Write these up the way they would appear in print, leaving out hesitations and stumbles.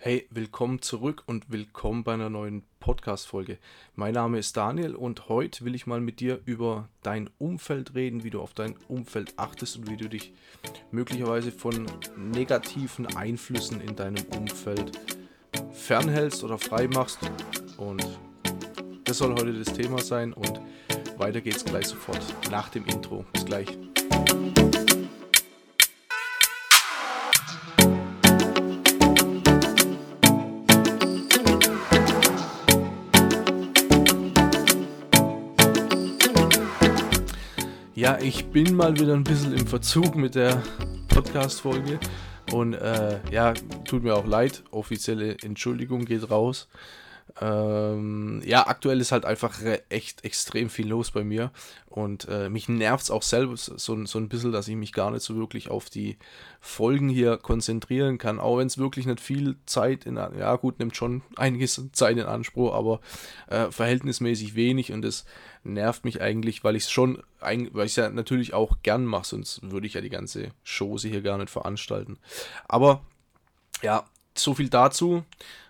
Hey, willkommen zurück und willkommen bei einer neuen Podcast-Folge. Mein Name ist Daniel und heute will ich mal mit dir über dein Umfeld reden, wie du auf dein Umfeld achtest und wie du dich möglicherweise von negativen Einflüssen in deinem Umfeld fernhältst oder frei machst. Und das soll heute das Thema sein und weiter geht's gleich sofort nach dem Intro. Bis gleich. Ja, ich bin mal wieder ein bisschen im Verzug mit der Podcast-Folge und tut mir auch leid, offizielle Entschuldigung geht raus. Aktuell ist halt einfach echt extrem viel los bei mir und mich nervt es auch selbst so ein bisschen, dass ich mich gar nicht so wirklich auf die Folgen hier konzentrieren kann, auch wenn es wirklich nicht viel Zeit nimmt schon einiges Zeit in Anspruch, aber verhältnismäßig wenig und das nervt mich eigentlich, weil ich es ja natürlich auch gern mache, sonst würde ich ja die ganze Chose hier gar nicht veranstalten. Aber ja, so viel dazu.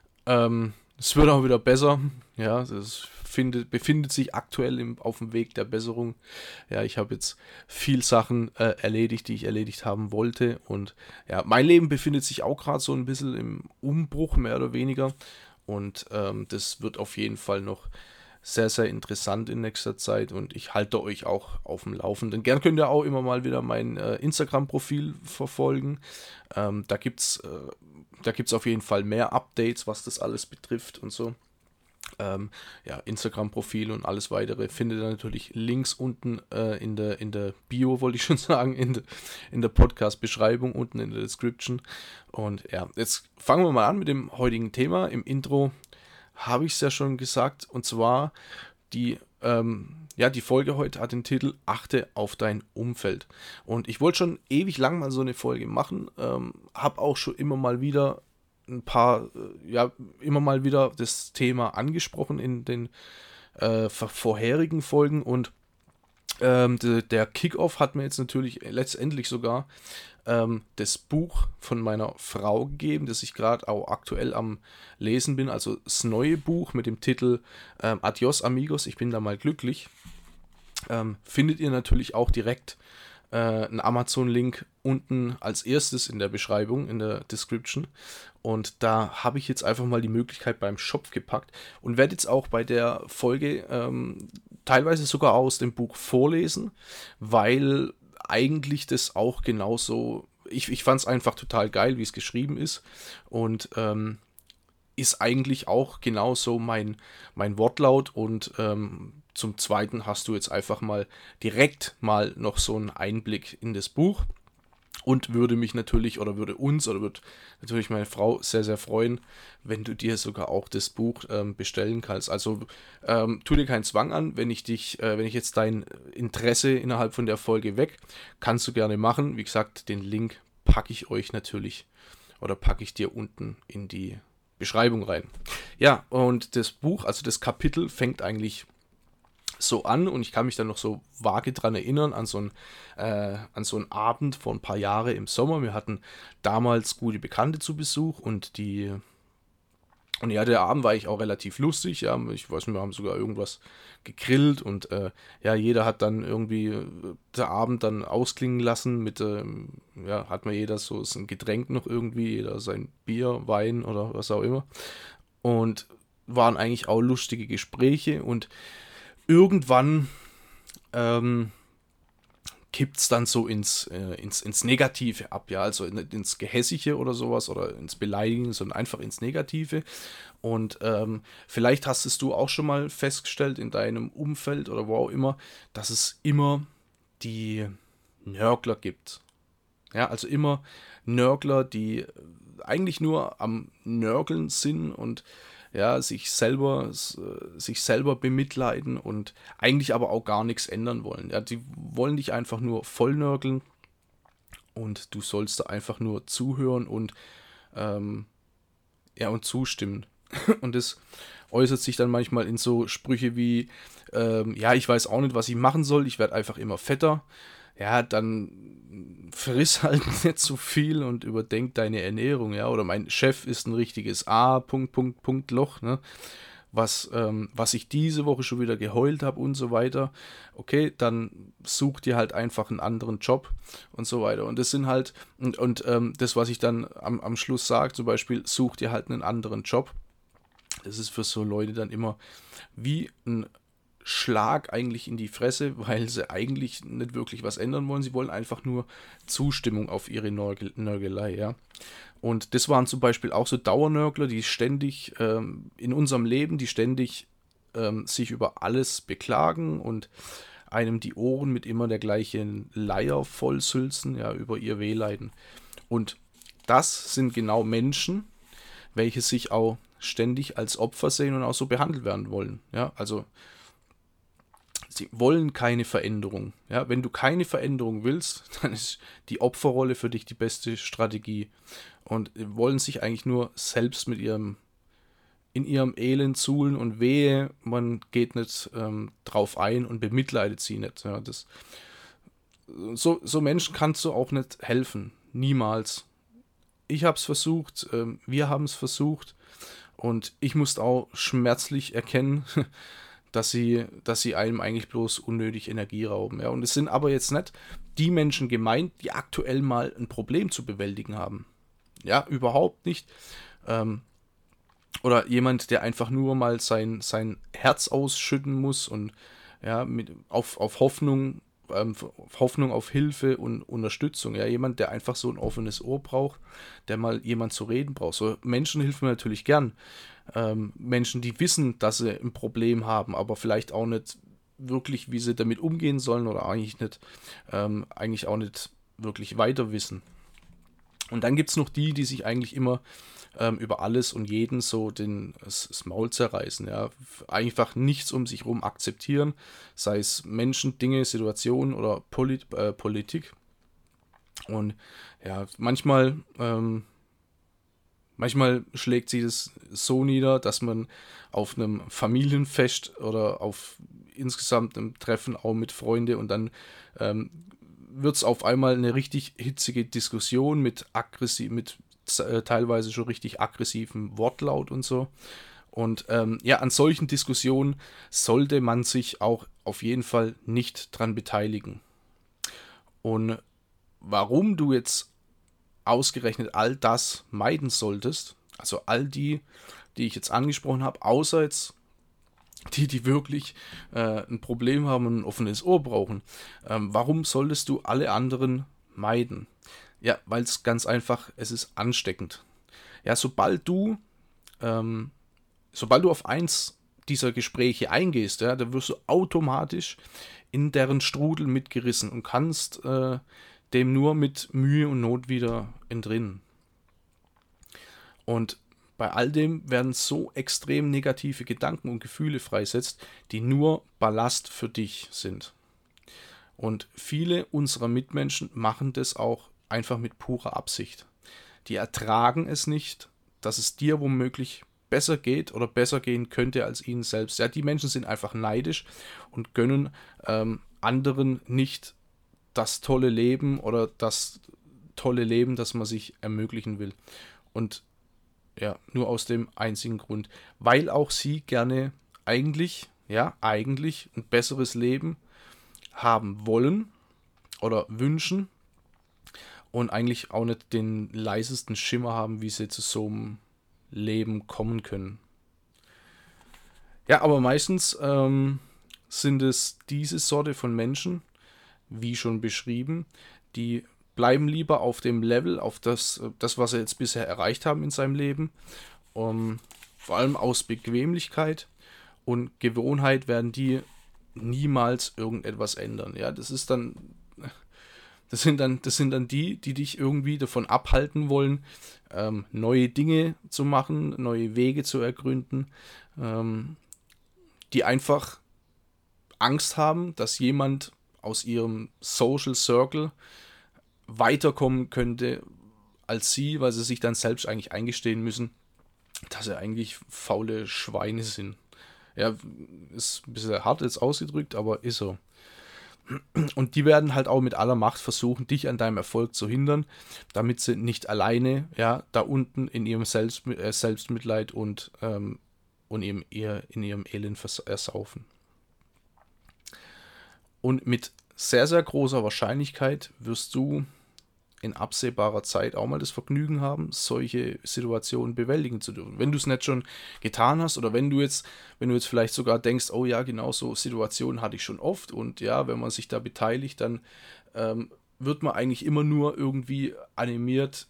Es wird auch wieder besser. Ja, befindet sich aktuell auf dem Weg der Besserung. Ja, ich habe jetzt viel Sachen erledigt, die ich erledigt haben wollte. Und ja, mein Leben befindet sich auch gerade so ein bisschen im Umbruch, mehr oder weniger. Und das wird auf jeden Fall noch sehr, sehr interessant in nächster Zeit und ich halte euch auch auf dem Laufenden. Gern könnt ihr auch immer mal wieder mein Instagram-Profil verfolgen. Da gibt's auf jeden Fall mehr Updates, was das alles betrifft und so. Instagram-Profil und alles weitere findet ihr natürlich links unten in der Bio, wollte ich schon sagen, in der Podcast-Beschreibung, unten in der Description. Und ja, jetzt fangen wir mal an mit dem heutigen Thema. Im Intro habe ich es ja schon gesagt, und zwar die Folge heute hat den Titel Achte auf dein Umfeld. Und ich wollte schon ewig lang mal so eine Folge machen, habe auch schon immer mal wieder immer mal wieder das Thema angesprochen in den vorherigen Folgen und der Kickoff hat mir jetzt natürlich letztendlich sogar das Buch von meiner Frau gegeben, das ich gerade auch aktuell am Lesen bin, also das neue Buch mit dem Titel Adios Amigos, ich bin da mal glücklich. Findet ihr natürlich auch direkt einen Amazon-Link unten als erstes in der Beschreibung, in der Description. Und da habe ich jetzt einfach mal die Möglichkeit beim Shop gepackt und werde jetzt auch bei der Folge teilweise sogar aus dem Buch vorlesen, weil eigentlich das auch genauso, ich fand es einfach total geil, wie es geschrieben ist und ist eigentlich auch genauso mein Wortlaut und zum Zweiten hast du jetzt einfach mal direkt mal noch so einen Einblick in das Buch und würde mich natürlich oder würde uns oder würde natürlich meine Frau sehr, sehr freuen, wenn du dir sogar auch das Buch bestellen kannst. Also tu dir keinen Zwang an, wenn ich jetzt dein Interesse innerhalb von der Folge weg, kannst du gerne machen. Wie gesagt, den Link packe ich euch natürlich oder packe ich dir unten in die Beschreibung rein. Ja, und das Buch, also das Kapitel fängt eigentlich so an und ich kann mich dann noch so vage dran erinnern an so einen Abend vor ein paar Jahren im Sommer. Wir hatten damals gute Bekannte zu Besuch und ja, der Abend war eigentlich auch relativ lustig. Ja, ich weiß nicht, wir haben sogar irgendwas gegrillt und jeder hat dann irgendwie der Abend dann ausklingen lassen mit, hat man jeder so ein Getränk noch irgendwie, jeder sein Bier, Wein oder was auch immer. Und waren eigentlich auch lustige Gespräche und irgendwann kippt es dann so ins Negative ab, ja, also ins Gehässige oder sowas oder ins Beleidigen, sondern einfach ins Negative. Und vielleicht hast es du auch schon mal festgestellt in deinem Umfeld oder wo auch immer, dass es immer die Nörgler gibt. Ja, also immer Nörgler, die eigentlich nur am Nörgeln sind und ja, sich selber bemitleiden und eigentlich aber auch gar nichts ändern wollen. Ja, die wollen dich einfach nur vollnörgeln und du sollst da einfach nur zuhören und zustimmen. Und das äußert sich dann manchmal in so Sprüche wie, ich weiß auch nicht, was ich machen soll, ich werde einfach immer fetter. ja, dann friss halt nicht zu viel und überdenk deine Ernährung, ja. Oder mein Chef ist ein richtiges Loch, ne? Was ich diese Woche schon wieder geheult habe und so weiter. Okay, dann such dir halt einfach einen anderen Job und so weiter. Und das sind halt, das, was ich dann am Schluss sage, zum Beispiel, such dir halt einen anderen Job. Das ist für so Leute dann immer wie ein Schlag eigentlich in die Fresse, weil sie eigentlich nicht wirklich was ändern wollen. Sie wollen einfach nur Zustimmung auf ihre Nörgelei, ja. Und das waren zum Beispiel auch so Dauernörgler, die ständig in unserem Leben, die ständig sich über alles beklagen und einem die Ohren mit immer der gleichen Leier vollsülzen, ja, über ihr Wehleiden. Und das sind genau Menschen, welche sich auch ständig als Opfer sehen und auch so behandelt werden wollen. Ja, also sie wollen keine Veränderung. Ja, wenn du keine Veränderung willst, dann ist die Opferrolle für dich die beste Strategie. Und wollen sich eigentlich nur selbst in ihrem Elend suhlen und wehe, man geht nicht drauf ein und bemitleidet sie nicht. Ja, so Menschen kannst du auch nicht helfen. Niemals. Ich habe es versucht, wir haben es versucht und ich musste auch schmerzlich erkennen, dass sie einem eigentlich bloß unnötig Energie rauben. Ja? Und es sind aber jetzt nicht die Menschen gemeint, die aktuell mal ein Problem zu bewältigen haben. Ja, überhaupt nicht. Ähm, oder jemand, der einfach nur mal sein Herz ausschütten muss und ja, auf Hoffnung auf Hilfe und Unterstützung. Ja, jemand, der einfach so ein offenes Ohr braucht, der mal jemand zu reden braucht. So Menschen hilft mir natürlich gern. Menschen, die wissen, dass sie ein Problem haben, aber vielleicht auch nicht wirklich, wie sie damit umgehen sollen oder eigentlich auch nicht wirklich weiter wissen. Und dann gibt es noch die sich eigentlich immer über alles und jeden so das Maul zerreißen. Ja? Einfach nichts um sich herum akzeptieren, sei es Menschen, Dinge, Situationen oder Politik. Und ja, manchmal schlägt sie das so nieder, dass man auf einem Familienfest oder auf insgesamt einem Treffen auch mit Freunden und dann wird es auf einmal eine richtig hitzige Diskussion mit teilweise schon richtig aggressivem Wortlaut und so. Und ja, an solchen Diskussionen sollte man sich auch auf jeden Fall nicht dran beteiligen. Und warum du jetzt ausgerechnet all das meiden solltest, also all die ich jetzt angesprochen habe, außer jetzt die wirklich ein Problem haben und ein offenes Ohr brauchen. Warum solltest du alle anderen meiden? Ja, weil es ganz einfach, es ist ansteckend. Ja, sobald du auf eins dieser Gespräche eingehst, ja, da wirst du automatisch in deren Strudel mitgerissen und kannst dem nur mit Mühe und Not wieder entrinnen. Und bei all dem werden so extrem negative Gedanken und Gefühle freisetzt, die nur Ballast für dich sind. Und viele unserer Mitmenschen machen das auch einfach mit purer Absicht. Die ertragen es nicht, dass es dir womöglich besser geht oder besser gehen könnte als ihnen selbst. Ja, die Menschen sind einfach neidisch und gönnen anderen nicht das tolle Leben oder das tolle Leben, das man sich ermöglichen will. Und ja, nur aus dem einzigen Grund, weil auch sie gerne eigentlich ein besseres Leben haben wollen oder wünschen und eigentlich auch nicht den leisesten Schimmer haben, wie sie zu so einem Leben kommen können. Ja, aber meistens sind es diese Sorte von Menschen, wie schon beschrieben, die bleiben lieber auf dem Level, auf das, was sie jetzt bisher erreicht haben in seinem Leben. Vor allem aus Bequemlichkeit und Gewohnheit werden die niemals irgendetwas ändern. Ja, das sind dann die dich irgendwie davon abhalten wollen, neue Dinge zu machen, neue Wege zu ergründen, die einfach Angst haben, dass jemand aus ihrem Social Circle weiterkommen könnte als sie, weil sie sich dann selbst eigentlich eingestehen müssen, dass sie eigentlich faule Schweine sind. Ja, ist ein bisschen hart jetzt ausgedrückt, aber ist so. Und die werden halt auch mit aller Macht versuchen, dich an deinem Erfolg zu hindern, damit sie nicht alleine, ja, da unten in ihrem Selbstmitleid und in ihrem Elend ersaufen. Und mit sehr, sehr großer Wahrscheinlichkeit wirst du in absehbarer Zeit auch mal das Vergnügen haben, solche Situationen bewältigen zu dürfen. Wenn du es nicht schon getan hast oder wenn du jetzt vielleicht sogar denkst, oh ja, genau so Situationen hatte ich schon oft und ja, wenn man sich da beteiligt, dann wird man eigentlich immer nur irgendwie animiert,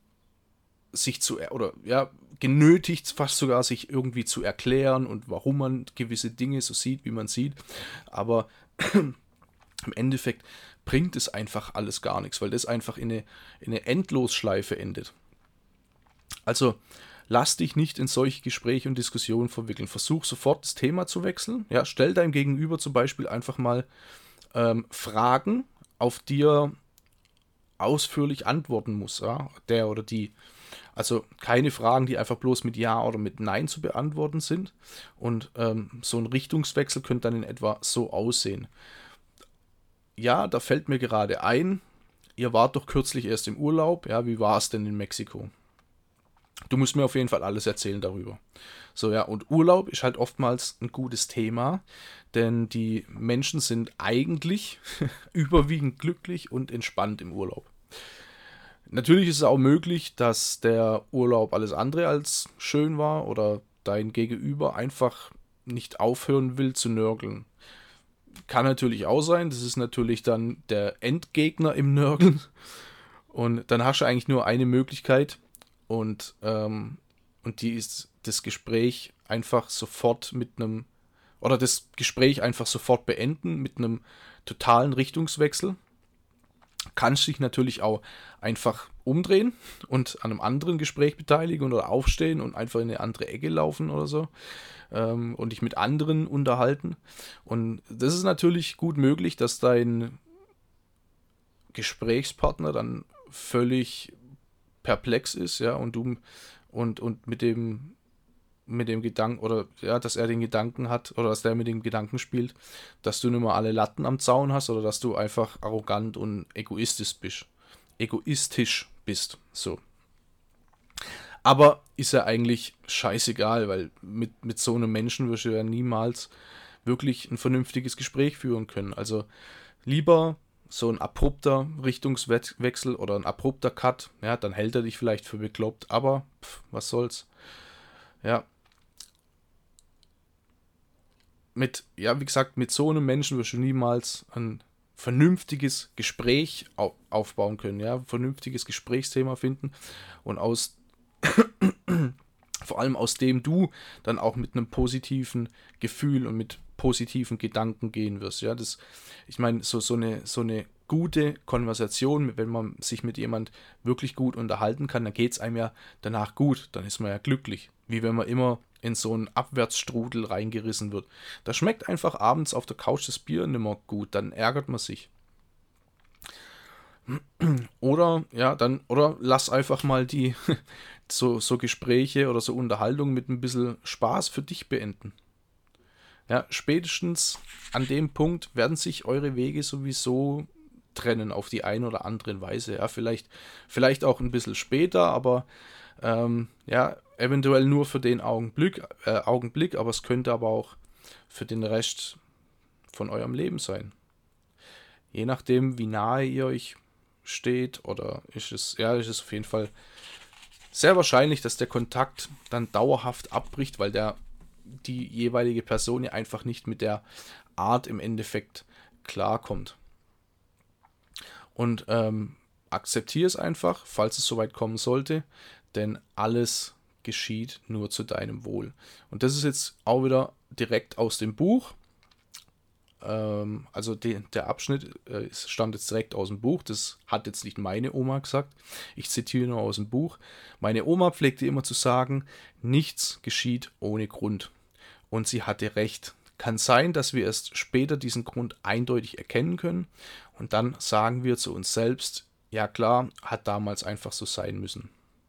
oder ja, genötigt fast sogar, sich irgendwie zu erklären und warum man gewisse Dinge so sieht, wie man sieht. Aber im Endeffekt bringt es einfach alles gar nichts, weil das einfach in eine Endlosschleife endet. Also lass dich nicht in solche Gespräche und Diskussionen verwickeln. Versuch sofort das Thema zu wechseln. Ja, stell deinem Gegenüber zum Beispiel einfach mal Fragen, auf die er ausführlich antworten muss, ja, der oder die. Also keine Fragen, die einfach bloß mit Ja oder mit Nein zu beantworten sind. Und so ein Richtungswechsel könnte dann in etwa so aussehen. Ja, da fällt mir gerade ein, ihr wart doch kürzlich erst im Urlaub. Ja, wie war es denn in Mexiko? Du musst mir auf jeden Fall alles erzählen darüber. So, ja, und Urlaub ist halt oftmals ein gutes Thema, denn die Menschen sind eigentlich überwiegend glücklich und entspannt im Urlaub. Natürlich ist es auch möglich, dass der Urlaub alles andere als schön war oder dein Gegenüber einfach nicht aufhören will zu nörgeln. Kann natürlich auch sein, das ist natürlich dann der Endgegner im Nörgeln. Und dann hast du eigentlich nur eine Möglichkeit und die ist das Gespräch einfach sofort oder das Gespräch einfach sofort beenden mit einem totalen Richtungswechsel. Kannst dich natürlich auch einfach umdrehen und an einem anderen Gespräch beteiligen oder aufstehen und einfach in eine andere Ecke laufen oder so und dich mit anderen unterhalten. Und das ist natürlich gut möglich, dass dein Gesprächspartner dann völlig perplex ist, ja, und du und mit dem Gedanken, oder ja, dass er den Gedanken hat, oder dass der mit dem Gedanken spielt, dass du nicht mehr alle Latten am Zaun hast, oder dass du einfach arrogant und egoistisch bist. So. Aber ist ja eigentlich scheißegal, weil mit so einem Menschen wirst du ja niemals wirklich ein vernünftiges Gespräch führen können. Also lieber so ein abrupter Richtungswechsel oder ein abrupter Cut, ja, dann hält er dich vielleicht für bekloppt, aber was soll's. Ja, wie gesagt, mit so einem Menschen wirst du niemals ein vernünftiges Gespräch aufbauen können, ja, ein vernünftiges Gesprächsthema finden und vor allem aus dem du dann auch mit einem positiven Gefühl und mit positiven Gedanken gehen wirst, ja, ich meine, so eine gute Konversation, wenn man sich mit jemand wirklich gut unterhalten kann, dann geht es einem ja danach gut, dann ist man ja glücklich, wie wenn man immer in so einen Abwärtsstrudel reingerissen wird. Da schmeckt einfach abends auf der Couch das Bier nicht mehr gut, dann ärgert man sich. Oder lass einfach mal die so Gespräche oder so Unterhaltungen mit ein bisschen Spaß für dich beenden. Ja, spätestens an dem Punkt werden sich eure Wege sowieso trennen auf die eine oder andere Weise. Ja, vielleicht auch ein bisschen später, aber ja, eventuell nur für den Augenblick, aber es könnte aber auch für den Rest von eurem Leben sein. Je nachdem, wie nahe ihr euch steht, oder ist es auf jeden Fall sehr wahrscheinlich, dass der Kontakt dann dauerhaft abbricht, weil die jeweilige Person ja einfach nicht mit der Art im Endeffekt klarkommt. Und akzeptiere es einfach, falls es soweit kommen sollte, denn alles geschieht nur zu deinem Wohl. Und das ist jetzt auch wieder direkt aus dem Buch. Also der Abschnitt stammt jetzt direkt aus dem Buch. Das hat jetzt nicht meine Oma gesagt. Ich zitiere nur aus dem Buch. Meine Oma pflegte immer zu sagen, nichts geschieht ohne Grund. Und sie hatte recht. Kann sein, dass wir erst später diesen Grund eindeutig erkennen können. Und dann sagen wir zu uns selbst, ja klar, hat damals einfach so sein müssen.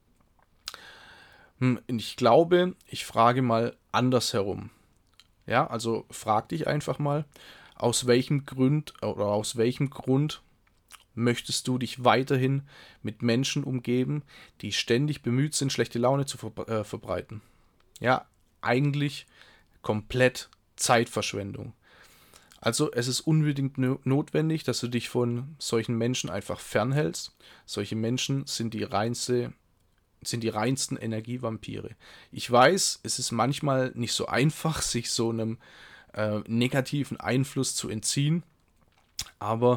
Ich glaube, ich frage mal andersherum. Ja, also frag dich einfach mal, aus welchem Grund möchtest du dich weiterhin mit Menschen umgeben, die ständig bemüht sind, schlechte Laune zu verbreiten? Ja, eigentlich komplett Zeitverschwendung. Also es ist unbedingt notwendig, dass du dich von solchen Menschen einfach fernhältst. Solche Menschen sind die reinsten Energievampire. Ich weiß, es ist manchmal nicht so einfach, sich so einem negativen Einfluss zu entziehen, aber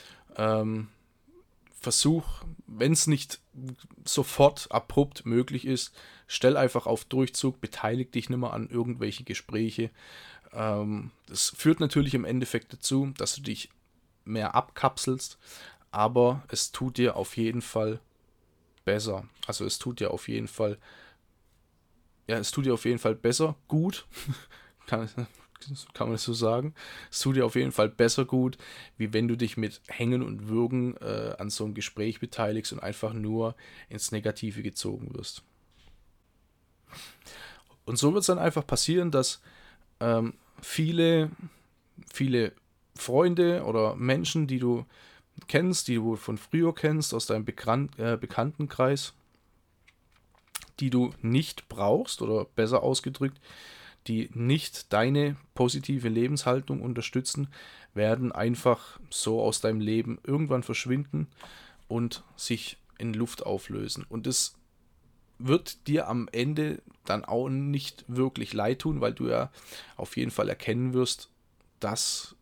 versuch, wenn es nicht sofort abrupt möglich ist, stell einfach auf Durchzug, beteilig dich nicht mehr an irgendwelche Gespräche. Das führt natürlich im Endeffekt dazu, dass du dich mehr abkapselst, aber es tut dir auf jeden Fall besser. Also es tut dir auf jeden Fall besser, gut. Kann man das so sagen? Es tut dir auf jeden Fall besser gut, wie wenn du dich mit Hängen und Würgen an so einem Gespräch beteiligst und einfach nur ins Negative gezogen wirst. Und so wird es dann einfach passieren, dass viele Freunde oder Menschen, die du kennst, die du von früher kennst, aus deinem Bekanntenkreis, die du nicht brauchst oder besser ausgedrückt, die nicht deine positive Lebenshaltung unterstützen, werden einfach so aus deinem Leben irgendwann verschwinden und sich in Luft auflösen. Und es wird dir am Ende dann auch nicht wirklich leid tun, weil du ja auf jeden Fall erkennen wirst, dass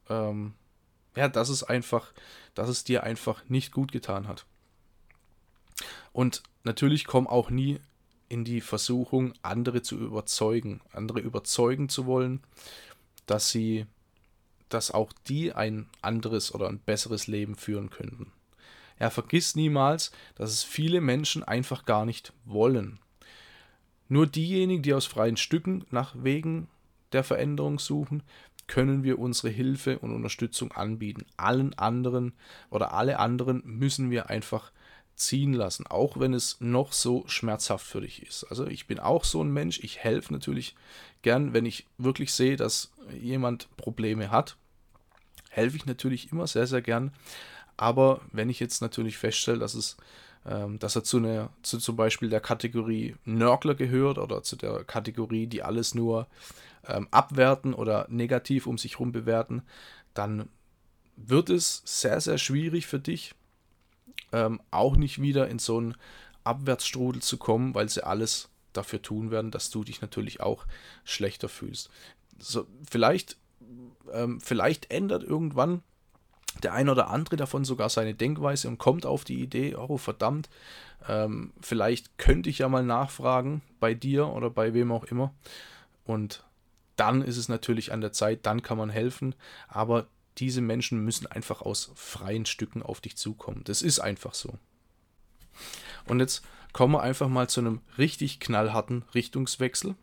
es dir einfach nicht gut getan hat. Und natürlich komm auch nie in die Versuchung, andere überzeugen zu wollen, dass auch die ein anderes oder ein besseres Leben führen könnten. Ja, vergiss niemals, dass es viele Menschen einfach gar nicht wollen. Nur diejenigen, die aus freien Stücken nach Wegen der Veränderung suchen, können wir unsere Hilfe und Unterstützung anbieten. Alle anderen müssen wir einfach ziehen lassen, auch wenn es noch so schmerzhaft für dich ist. Also ich bin auch so ein Mensch, ich helfe natürlich gern, wenn ich wirklich sehe, dass jemand Probleme hat, helfe ich natürlich immer sehr, sehr gern. Aber wenn ich jetzt natürlich feststelle, dass er zu zum Beispiel der Kategorie Nörgler gehört oder zu der Kategorie, die alles nur abwerten oder negativ um sich herum bewerten, dann wird es sehr, sehr schwierig für dich, auch nicht wieder in so einen Abwärtsstrudel zu kommen, weil sie alles dafür tun werden, dass du dich natürlich auch schlechter fühlst. So, vielleicht ändert irgendwann der ein oder andere davon sogar seine Denkweise und kommt auf die Idee, oh verdammt, vielleicht könnte ich ja mal nachfragen bei dir oder bei wem auch immer. Und dann ist es natürlich an der Zeit, dann kann man helfen, aber diese Menschen müssen einfach aus freien Stücken auf dich zukommen. Das ist einfach so. Und jetzt kommen wir einfach mal zu einem richtig knallharten Richtungswechsel.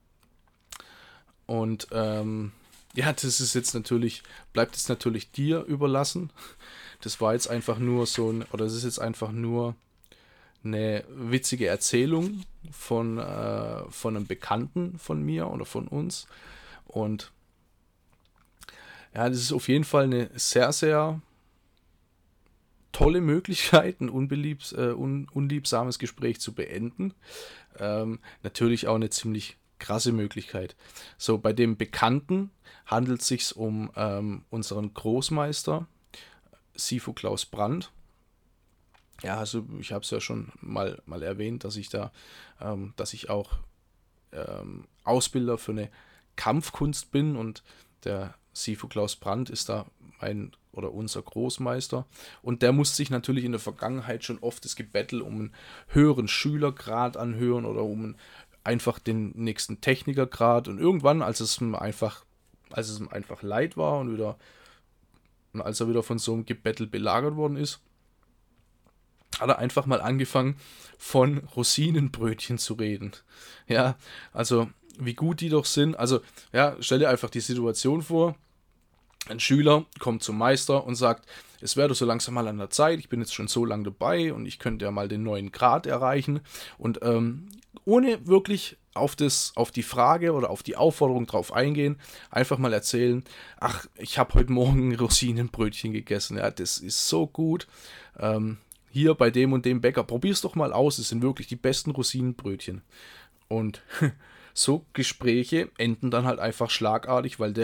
Und bleibt es natürlich dir überlassen. Das war jetzt einfach nur es ist jetzt einfach nur eine witzige Erzählung von einem Bekannten von mir oder von uns. Und ja, das ist auf jeden Fall eine sehr, sehr tolle Möglichkeit, ein unliebsames Gespräch zu beenden. Natürlich auch eine ziemlich krasse Möglichkeit. So, bei dem Bekannten handelt es sich um unseren Großmeister, Sifu Klaus Brandt. Ja, also ich habe es ja schon mal erwähnt, dass ich auch Ausbilder für eine Kampfkunst bin und der Sifu Klaus Brandt ist da unser Großmeister und der musste sich natürlich in der Vergangenheit schon oft das Gebettel um einen höheren Schülergrad anhören oder um einfach den nächsten Technikergrad und irgendwann, als es ihm einfach leid war und als er wieder von so einem Gebettel belagert worden ist, hat er einfach mal angefangen, von Rosinenbrötchen zu reden. Ja, also wie gut die doch sind. Also, ja, stell dir einfach die Situation vor. Ein Schüler kommt zum Meister und sagt, es wäre doch so langsam mal an der Zeit, ich bin jetzt schon so lange dabei und ich könnte ja mal den neuen Grad erreichen. Und ohne wirklich auf die Frage oder auf die Aufforderung drauf eingehen, einfach mal erzählen, ach, ich habe heute Morgen ein Rosinenbrötchen gegessen, ja, das ist so gut, hier bei dem und dem Bäcker, probier's doch mal aus, es sind wirklich die besten Rosinenbrötchen. Und so Gespräche enden dann halt einfach schlagartig, weil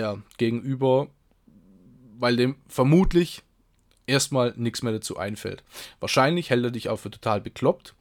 dem vermutlich erstmal nichts mehr dazu einfällt. Wahrscheinlich hält er dich auch für total bekloppt,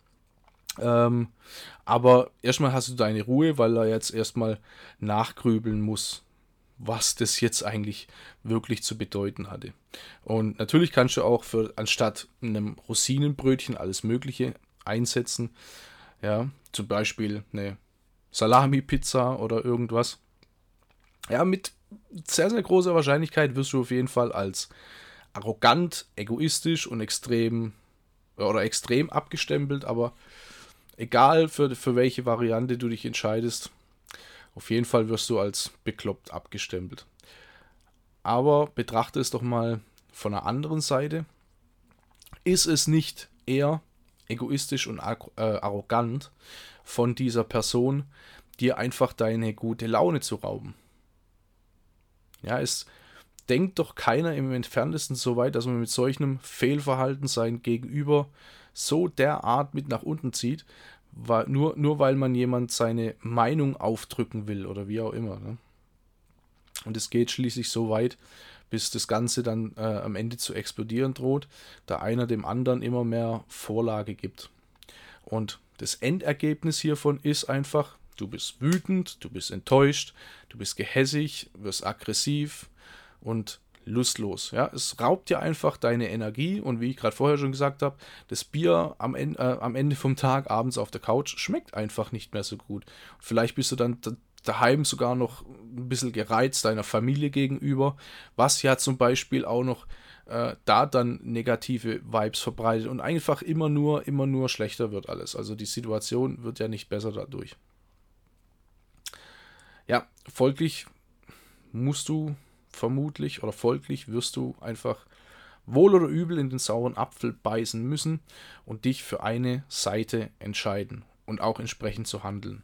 aber erstmal hast du deine Ruhe, weil er jetzt erstmal nachgrübeln muss, was das jetzt eigentlich wirklich zu bedeuten hatte. Und natürlich kannst du auch anstatt einem Rosinenbrötchen alles Mögliche einsetzen. Ja, zum Beispiel eine Salami-Pizza oder irgendwas. Ja, mit sehr, sehr großer Wahrscheinlichkeit wirst du auf jeden Fall als arrogant, egoistisch und extrem abgestempelt, aber egal für welche Variante du dich entscheidest, auf jeden Fall wirst du als bekloppt abgestempelt. Aber betrachte es doch mal von einer anderen Seite. Ist es nicht eher egoistisch und arrogant von dieser Person, dir einfach deine gute Laune zu rauben? Ja, es denkt doch keiner im Entferntesten so weit, dass man mit solchem Fehlverhalten sein Gegenüber so derart mit nach unten zieht, nur weil man jemand seine Meinung aufdrücken will oder wie auch immer. Ne? Und es geht schließlich so weit, bis das Ganze dann am Ende zu explodieren droht, da einer dem anderen immer mehr Vorlage gibt. Und das Endergebnis hiervon ist einfach, du bist wütend, du bist enttäuscht, du bist gehässig, wirst aggressiv und lustlos. Ja? Es raubt dir einfach deine Energie und wie ich gerade vorher schon gesagt habe, das Bier am Ende vom Tag abends auf der Couch schmeckt einfach nicht mehr so gut. Vielleicht bist du dann daheim sogar noch ein bisschen gereizt deiner Familie gegenüber, was ja zum Beispiel auch noch da dann negative Vibes verbreitet und einfach immer nur schlechter wird alles. Also die Situation wird ja nicht besser dadurch. Ja, folglich wirst du einfach wohl oder übel in den sauren Apfel beißen müssen und dich für eine Seite entscheiden und auch entsprechend zu handeln.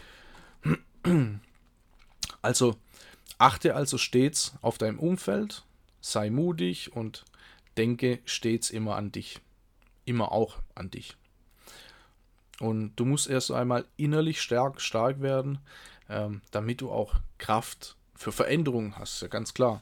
Also achte also stets auf dein Umfeld, sei mutig und denke stets immer an dich. Immer auch an dich. Und du musst erst einmal innerlich stark werden, damit du auch Kraft für Veränderungen hast, ja ganz klar.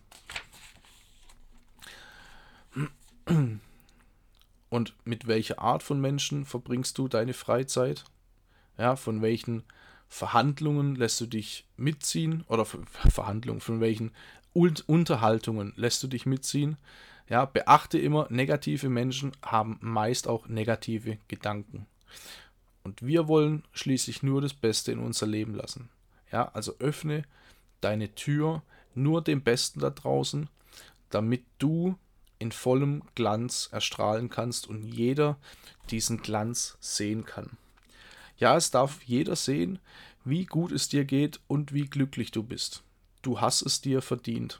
Und mit welcher Art von Menschen verbringst du deine Freizeit? Ja, von welchen Verhandlungen lässt du dich mitziehen? Oder von welchen Unterhaltungen lässt du dich mitziehen? Ja, beachte immer, negative Menschen haben meist auch negative Gedanken. Und wir wollen schließlich nur das Beste in unser Leben lassen. Ja, also öffne deine Tür nur dem Besten da draußen, damit du in vollem Glanz erstrahlen kannst und jeder diesen Glanz sehen kann. Ja, es darf jeder sehen, wie gut es dir geht und wie glücklich du bist. Du hast es dir verdient.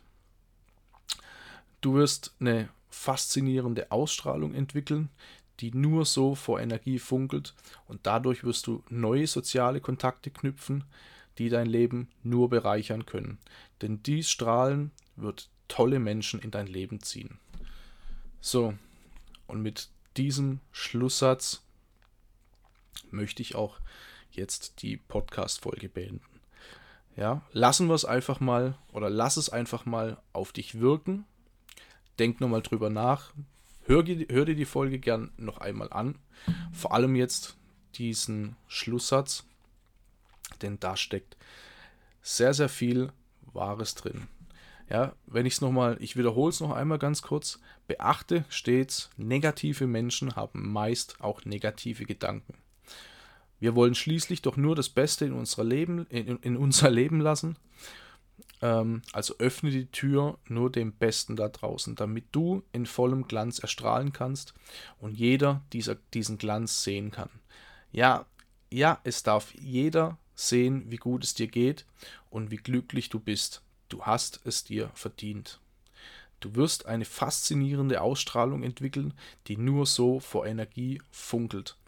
Du wirst eine faszinierende Ausstrahlung entwickeln, die nur so vor Energie funkelt und dadurch wirst du neue soziale Kontakte knüpfen, die dein Leben nur bereichern können. Denn dies Strahlen wird tolle Menschen in dein Leben ziehen. So, und mit diesem Schlusssatz möchte ich auch jetzt die Podcast-Folge beenden. Ja, lassen wir es einfach mal oder lass es einfach mal auf dich wirken. Denk nochmal drüber nach. Hör dir die Folge gern noch einmal an. Vor allem jetzt diesen Schlusssatz, denn da steckt sehr, sehr viel Wahres drin. Ja, ich wiederhole es noch einmal ganz kurz. Beachte stets, negative Menschen haben meist auch negative Gedanken. Wir wollen schließlich doch nur das Beste in unser Leben lassen. Also öffne die Tür nur dem Besten da draußen, damit du in vollem Glanz erstrahlen kannst und jeder diesen Glanz sehen kann. Ja, es darf jeder sehen, wie gut es dir geht und wie glücklich du bist. Du hast es dir verdient. Du wirst eine faszinierende Ausstrahlung entwickeln, die nur so vor Energie funkelt.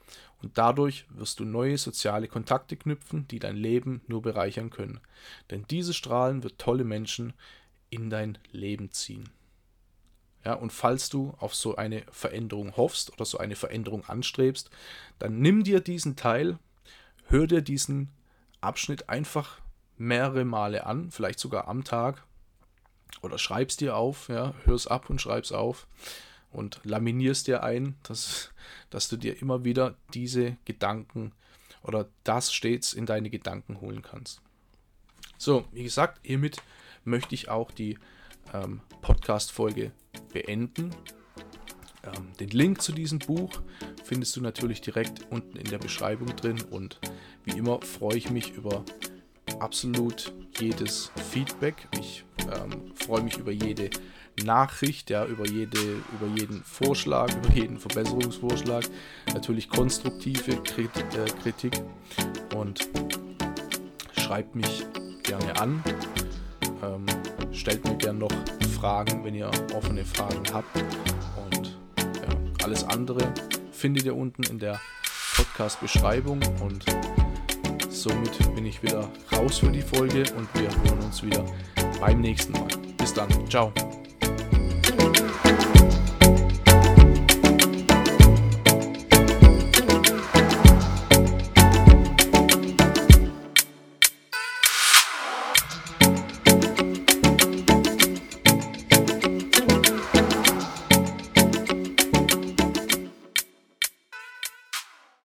Und dadurch wirst du neue soziale Kontakte knüpfen, die dein Leben nur bereichern können. Denn diese Strahlen wird tolle Menschen in dein Leben ziehen. Ja, und falls du auf so eine Veränderung hoffst oder so eine Veränderung anstrebst, dann nimm dir diesen Teil, hör dir diesen Abschnitt einfach mehrere Male an, vielleicht sogar am Tag, oder schreib's dir auf, ja, hör's ab und schreib's auf und laminierst dir ein, dass du dir immer wieder diese Gedanken oder das stets in deine Gedanken holen kannst. So, wie gesagt, hiermit möchte ich auch die Podcast-Folge beenden. Den Link zu diesem Buch findest du natürlich direkt unten in der Beschreibung drin und wie immer freue ich mich über absolut jedes Feedback. Ich freue mich über jede Nachricht, ja, über jeden Vorschlag, über jeden Verbesserungsvorschlag, natürlich konstruktive Kritik und schreibt mich gerne an. Stellt mir gerne noch Fragen, wenn ihr offene Fragen habt. Und ja, alles andere findet ihr unten in der Podcast-Beschreibung. Und somit bin ich wieder raus für die Folge und wir hören uns wieder beim nächsten Mal. Bis dann. Ciao.